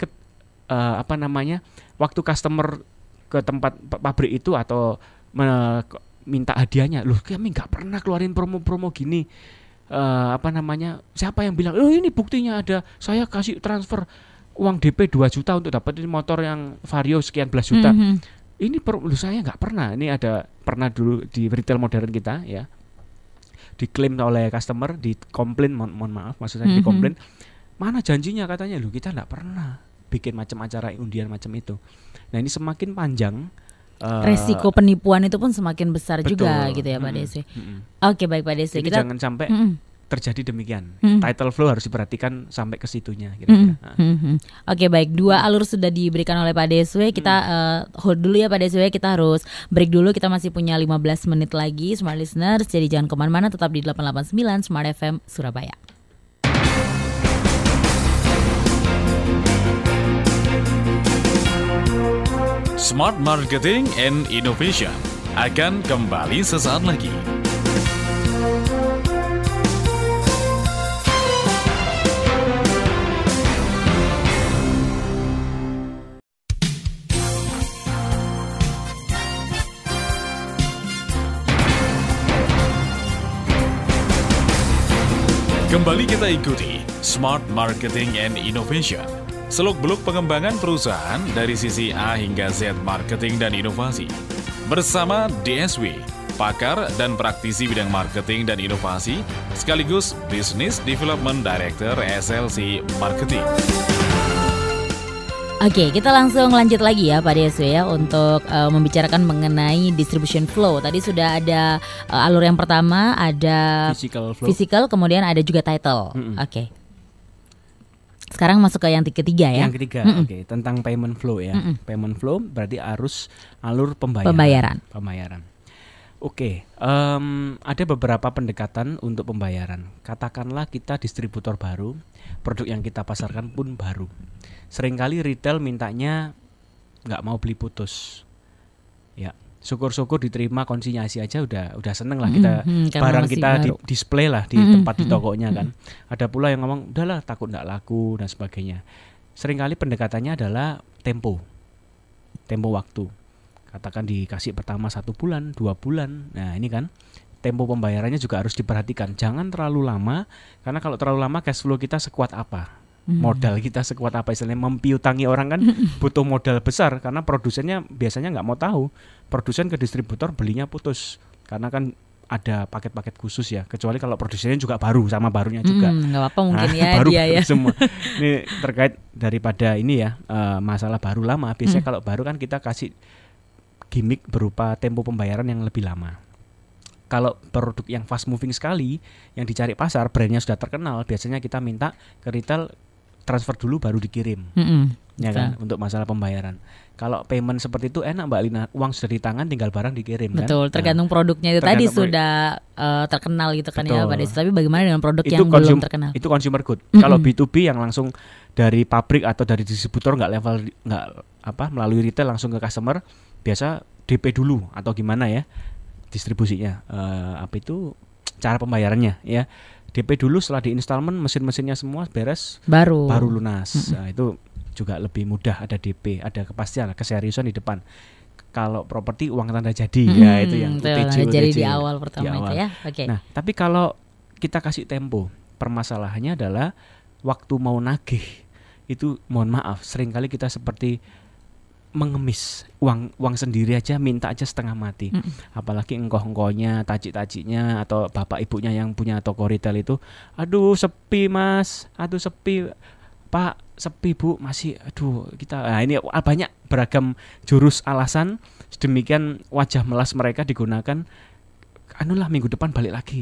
waktu customer ke tempat pabrik itu atau minta hadiahnya, loh kami nggak pernah keluarin promo-promo gini. Siapa yang bilang ini buktinya ada, saya kasih transfer uang DP 2 juta untuk dapetin motor yang Vario sekian belas juta. Ini saya nggak pernah. Ini ada pernah dulu di retail modern kita ya, diklaim oleh customer, dikomplain, mohon maaf maksudnya dikomplain, mana janjinya katanya, loh kita nggak pernah bikin macam acara undian macam itu. Nah ini semakin panjang resiko penipuan itu pun semakin besar. Betul. Juga gitu ya Pak Desi. Oke baik Pak Desi. Jadi jangan sampai terjadi demikian. Title flow harus diperhatikan sampai ke situnya kira-kira. Oke, baik. 2 alur sudah diberikan oleh Pak Deswe. Kita hold dulu ya Pak Deswe. Kita harus break dulu. Kita masih punya 15 menit lagi Smart Listeners. Jadi jangan kemana-mana, tetap di 889 Smart FM Surabaya. Smart Marketing and Innovation akan kembali sesaat lagi. Kembali kita ikuti Smart Marketing and Innovation. Seluk-beluk pengembangan perusahaan dari sisi A hingga Z marketing dan inovasi. Bersama DSW, pakar dan praktisi bidang marketing dan inovasi, sekaligus Business Development Director SLC Marketing. Oke, kita langsung lanjut lagi ya Pak DSW ya untuk membicarakan mengenai distribution flow. Tadi sudah ada alur yang pertama, ada physical, kemudian ada juga title. Oke. Sekarang masuk ke yang ketiga ya. Yang ketiga, oke, tentang payment flow ya. Payment flow berarti alur pembayaran. Oke, ada beberapa pendekatan untuk pembayaran. Katakanlah kita distributor baru, produk yang kita pasarkan pun baru. Seringkali retail mintanya nggak mau beli putus. Ya, syukur-syukur diterima konsinyasi aja udah seneng lah kita barang kita display lah di tempat di tokonya kan. Ada pula yang ngomong udahlah takut nggak laku dan sebagainya. Seringkali pendekatannya adalah tempo waktu. Katakan dikasih pertama 1 bulan, 2 bulan. Nah ini kan tempo pembayarannya juga harus diperhatikan. Jangan terlalu lama, karena kalau terlalu lama cash flow kita sekuat apa? Modal kita sekuat apa, istilahnya mempiutangi orang kan butuh modal besar, karena produsennya biasanya nggak mau tahu. Produsen ke distributor belinya putus, karena kan ada paket-paket khusus ya, kecuali kalau produsennya juga baru sama barunya juga. Nggak apa-apa mungkin ya baru dia ya. Semua. Ini terkait daripada ini ya masalah baru lama. Biasanya kalau baru kan kita kasih gimmick berupa tempo pembayaran yang lebih lama. Kalau produk yang fast moving sekali, yang dicari pasar, brandnya sudah terkenal, biasanya kita minta ke retail transfer dulu baru dikirim, ya kan, untuk masalah pembayaran. Kalau payment seperti itu enak Mbak Lina, uang sudah di tangan, tinggal barang dikirim. Betul, kan? tergantung produknya itu tadi sudah terkenal gitu kan. Betul. Ya Pak Des. Tapi bagaimana dengan produk yang belum terkenal? Itu consumer good. Kalau B2B yang langsung dari pabrik atau dari distributor melalui retail langsung ke customer, biasa DP dulu atau gimana ya distribusinya, cara pembayarannya ya. DP dulu, setelah di installment mesin-mesinnya semua beres baru lunas. Nah, itu juga lebih mudah, ada DP, ada kepastian, keseriusan di depan. Kalau properti uang tanda jadi ya itu yang UTJ di awal pertama itu ya. Okay. Nah, tapi kalau kita kasih tempo, permasalahannya adalah waktu mau nagih itu mohon maaf seringkali kita seperti mengemis uang sendiri aja, minta aja setengah mati. Apalagi engkoh-engkohnya, taci-tacinya atau bapak ibunya yang punya toko retail itu, aduh sepi mas, aduh sepi pak, sepi bu, masih aduh kita. Nah ini banyak beragam jurus alasan, sedemikian wajah melas mereka digunakan. Anulah minggu depan balik lagi.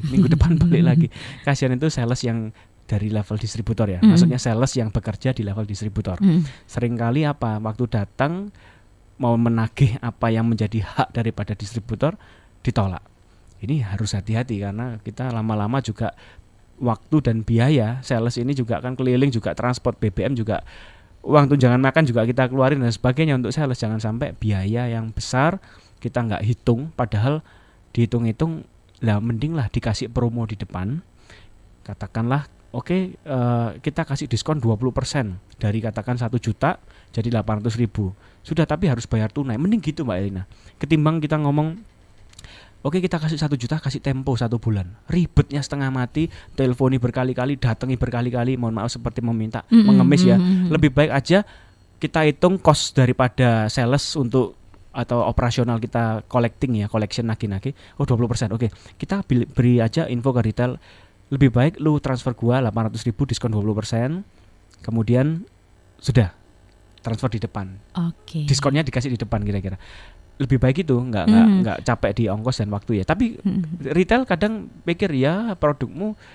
Kasihan itu sales yang dari level distributor ya, maksudnya sales yang bekerja di level distributor. Seringkali waktu datang mau menagih apa yang menjadi hak daripada distributor ditolak. Ini harus hati-hati karena kita lama-lama juga waktu dan biaya sales ini juga kan keliling, juga transport, BBM juga, uang tunjangan makan juga kita keluarin dan sebagainya untuk sales. Jangan sampai biaya yang besar kita nggak hitung, padahal dihitung-hitung lah mending lah dikasih promo di depan. Katakanlah Oke, kita kasih diskon 20% dari katakan 1 juta jadi 800.000. Sudah, tapi harus bayar tunai. Mending gitu Mbak Elina. Ketimbang kita ngomong, oke kita kasih 1 juta, kasih tempo 1 bulan. Ribetnya setengah mati, telponi berkali-kali, datangi berkali-kali, mohon maaf seperti meminta, mengemis ya. Lebih baik aja kita hitung cost daripada sales untuk atau operasional kita collection nagih-nagih. Oh 20%, oke. Kita beri aja info ke retail, lebih baik lu transfer gua 800.000 diskon 20%. Kemudian sudah transfer di depan. Oke. Diskonnya dikasih di depan kira-kira. Lebih baik itu, nggak capek di ongkos dan waktu ya. Tapi retail kadang pikir ya produkmu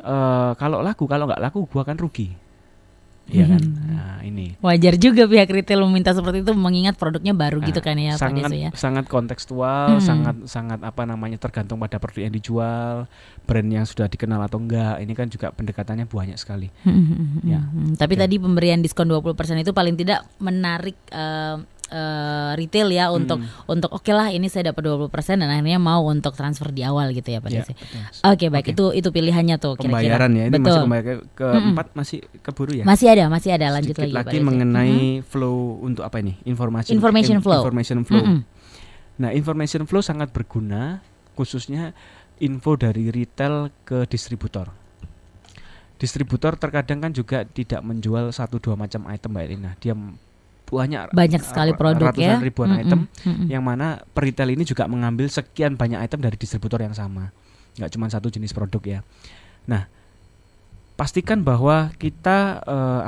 kalau nggak laku gua akan rugi. Iya kan? Nah, ini. Wajar juga pihak retail meminta seperti itu mengingat produknya baru gitu kan ya Pak Deso ya. Sangat kontekstual, sangat apa namanya tergantung pada produk yang dijual, brand yang sudah dikenal atau enggak. Ini kan juga pendekatannya banyak sekali. Ya. Tapi tadi pemberian diskon 20% itu paling tidak menarik retail ya untuk oke lah ini saya dapat 20% dan akhirnya mau untuk transfer di awal gitu ya Pak Desi. Oke, baik. Itu pilihannya tuh kira-kira. Pembayaran ya. Ini betul. masih pembayaran ke-4 masih keburu ya. Masih ada lanjut sedikit lagi Pak Desi. Mengenai flow untuk apa ini? Information flow. Nah, information flow sangat berguna khususnya info dari retail ke distributor. Distributor terkadang kan juga tidak menjual 1-2 macam item Mbak Elina. Dia banyak sekali produk ratusan ribuan item yang mana peritel ini juga mengambil sekian banyak item dari distributor yang sama, nggak cuma satu jenis produk ya. Nah, pastikan bahwa kita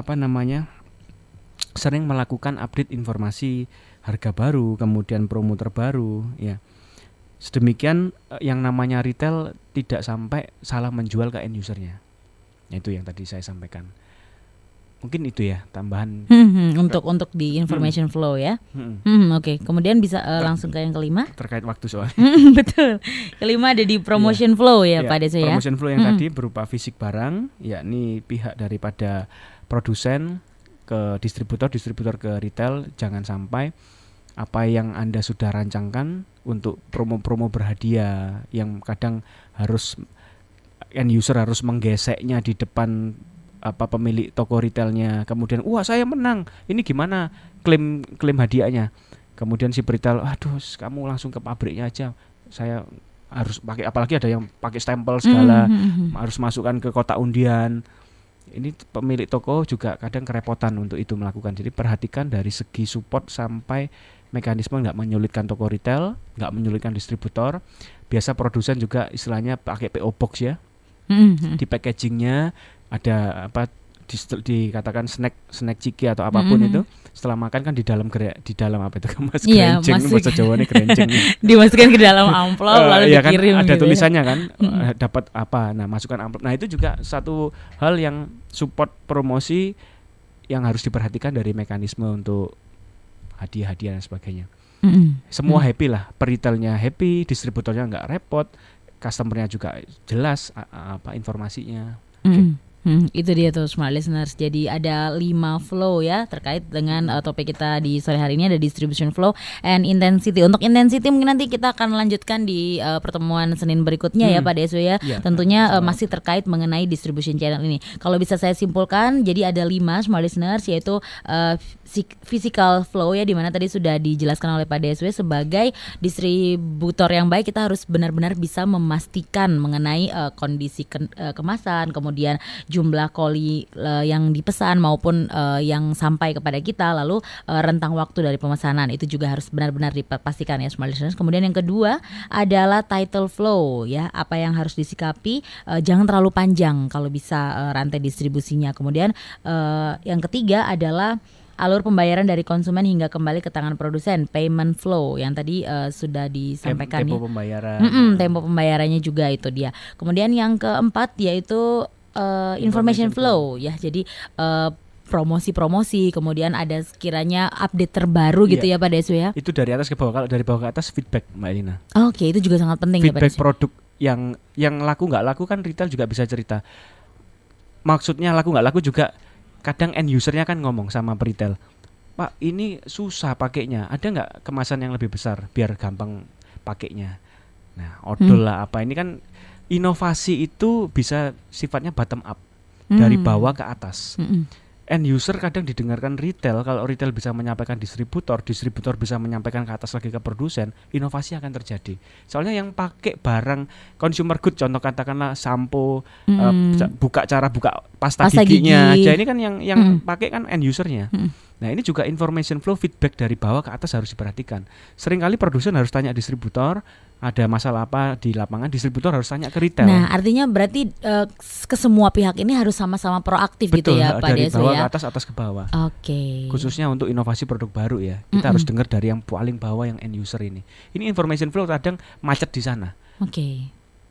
sering melakukan update informasi harga baru, kemudian promo terbaru ya. Sedemikian yang namanya retail tidak sampai salah menjual ke end usernya. Itu yang tadi saya sampaikan. Mungkin itu ya tambahan untuk di information flow ya. Oke. Kemudian bisa langsung ke yang kelima terkait waktu soalnya. Betul. Kelima ada di promotion flow ya Pak Deso ya. Promotion flow yang tadi berupa fisik barang, yakni pihak daripada produsen ke distributor ke retail. Jangan sampai apa yang Anda sudah rancangkan untuk promo-promo berhadiah yang kadang harus end user harus menggeseknya di depan pemilik toko retailnya, kemudian wah saya menang, ini gimana klaim hadiahnya, kemudian si retail aduh kamu langsung ke pabriknya aja, saya harus pakai, apalagi ada yang pakai stempel segala, harus masukkan ke kotak undian. Ini pemilik toko juga kadang kerepotan untuk itu melakukan. Jadi perhatikan dari segi support sampai mekanisme, nggak menyulitkan toko retail, nggak menyulitkan distributor. Biasa produsen juga istilahnya pakai PO box ya. Di packagingnya ada dikatakan snack ciki atau apapun itu, setelah makan kan di dalam apa itu mas kerenceng, bahasa Jawa nih kerenceng dimasukkan ke dalam amplop lalu dikirim kan, ada gitu tulisannya kan dapat apa, nah masukkan amplop. Nah itu juga satu hal yang support promosi yang harus diperhatikan dari mekanisme untuk hadiah-hadiah dan sebagainya. Semua happy lah, peritelnya happy, distributornya nggak repot, customernya juga jelas informasinya. Itu dia tuh smart listeners. Jadi ada 5 flow ya terkait dengan topik kita di sore hari ini, ada distribution flow and intensity. Untuk intensity mungkin nanti kita akan lanjutkan di pertemuan Senin berikutnya ya Pak Deso ya. Tentunya masih terkait mengenai distribution channel ini. Kalau bisa saya simpulkan, jadi ada 5 smart listeners, yaitu physical flow ya, dimana tadi sudah dijelaskan oleh Pak Deso sebagai distributor yang baik kita harus benar-benar bisa memastikan mengenai kondisi kemasan, kemudian jumlah koli yang dipesan maupun yang sampai kepada kita, lalu rentang waktu dari pemesanan itu juga harus benar-benar dipastikan ya smart listeners. Kemudian yang kedua adalah title flow ya, apa yang harus disikapi, jangan terlalu panjang kalau bisa rantai distribusinya. Kemudian yang ketiga adalah alur pembayaran dari konsumen hingga kembali ke tangan produsen, payment flow yang tadi sudah disampaikan tempo pembayaran. Tempo pembayarannya juga itu dia. Kemudian yang keempat yaitu information flow ya. Jadi promosi-promosi, kemudian ada sekiranya update terbaru gitu ya Pak Deso ya. Itu dari atas ke bawah. Kalau dari bawah ke atas feedback Mbak Elina. Oke, itu juga sangat penting feedback ya Pak Deso. Produk yang laku nggak laku kan retail juga bisa cerita. Maksudnya laku nggak laku juga kadang end usernya kan ngomong sama retail, Pak ini susah pakainya, ada nggak kemasan yang lebih besar biar gampang pakainya. Nah odol lah apa, ini kan inovasi itu bisa sifatnya bottom up, dari bawah ke atas. End user kadang didengarkan retail, kalau retail bisa menyampaikan distributor bisa menyampaikan ke atas lagi ke produsen, inovasi akan terjadi. Soalnya yang pakai barang consumer good, contoh katakanlah sampo, buka pasta giginya aja, ini kan yang pakai kan end usernya. Nah ini juga information flow, feedback dari bawah ke atas harus diperhatikan. Seringkali produsen harus tanya distributor, ada masalah apa di lapangan, distributor harus tanya ke retail. Nah artinya berarti ke semua pihak ini harus sama-sama proaktif. Betul, gitu ya Pak Deso ya. Dari bawah ke atas ke bawah. Oke. Khususnya untuk inovasi produk baru ya, kita harus dengar dari yang paling bawah, yang end user ini. Ini information flow kadang macet di sana. Oke.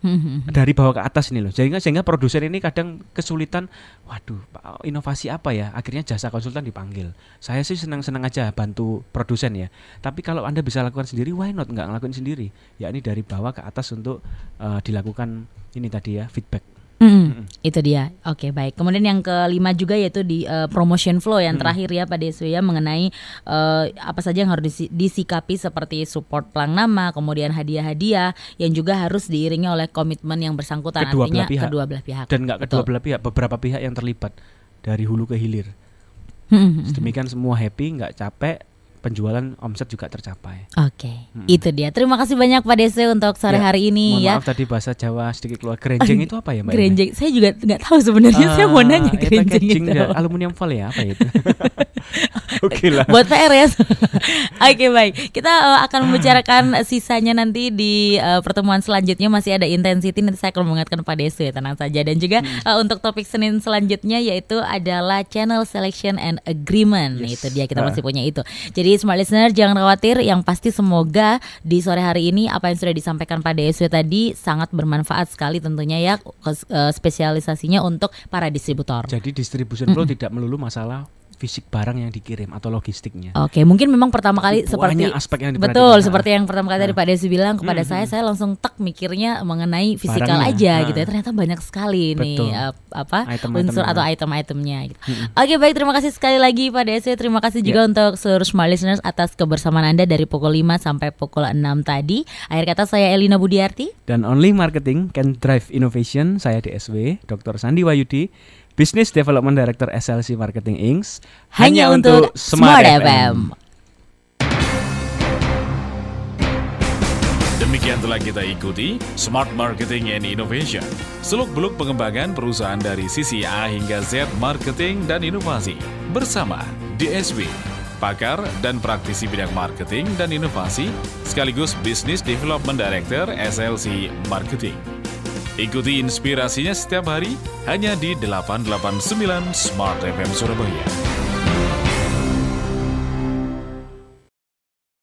dari bawah ke atas ini loh. Sehingga produsen ini kadang kesulitan, waduh, inovasi apa ya? Akhirnya jasa konsultan dipanggil. Saya sih senang-senang aja bantu produsen ya. Tapi kalau Anda bisa lakukan sendiri, why not nggak ngelakuin sendiri? Ya ini dari bawah ke atas untuk dilakukan ini tadi ya, feedback. Itu dia. Oke, baik. Kemudian yang kelima juga yaitu di promotion flow yang terakhir ya Pak Desu ya, mengenai apa saja yang harus disikapi seperti support pelang nama, kemudian hadiah-hadiah yang juga harus diiringi oleh komitmen yang bersangkutan, kedua belah pihak. Dan nggak kedua belah pihak, beberapa pihak yang terlibat dari hulu ke hilir. Sedemikian semua happy, nggak capek, penjualan omset juga tercapai. Oke, itu dia. Terima kasih banyak Pak Dese untuk sore hari ini mohon maaf tadi bahasa Jawa sedikit keluar. Gerenjeng itu apa ya Mbak? Gerenjeng, saya juga nggak tahu sebenarnya. Saya mau nanya gerenjeng itu. Aluminium foil ya apa itu? Oke lah. Buat PR ya. Oke, baik. Kita akan membicarakan sisanya nanti di pertemuan selanjutnya. Masih ada intensity, nanti saya akan mengingatkan Pak Dese, tenang saja. Dan juga untuk topik Senin selanjutnya yaitu adalah channel selection and agreement. Itu dia, kita masih punya itu. Jadi smart listener jangan khawatir, yang pasti semoga di sore hari ini apa yang sudah disampaikan Pak DSW tadi sangat bermanfaat sekali tentunya ya, spesialisasinya untuk para distributor. Jadi distribution flow tidak melulu masalah fisik barang yang dikirim atau logistiknya. Oke, mungkin memang pertama kali seperti aspek yang betul seperti yang pertama kali tadi Pak Desi bilang kepada saya langsung mikirnya mengenai fisikal aja gitu ya. Ternyata banyak sekali nih unsur atau item-itemnya gitu. Oke, baik, terima kasih sekali lagi Pak Desi. Terima kasih juga untuk seluruh smart listeners atas kebersamaan Anda dari pukul 5 sampai pukul 6 tadi. Akhir kata saya Elina Budiarti dan Only Marketing Can Drive Innovation. Saya DSW Dr. Sandi Wayudi, Business Development Director SLC Marketing Inc. Hanya untuk Smart FM. Demikian telah kita ikuti Smart Marketing and Innovation, seluk-beluk pengembangan perusahaan dari sisi A hingga Z marketing dan inovasi bersama DSW, pakar dan praktisi bidang marketing dan inovasi sekaligus Business Development Director SLC Marketing. Ikuti inspirasinya setiap hari hanya di 889 Smart FM Surabaya.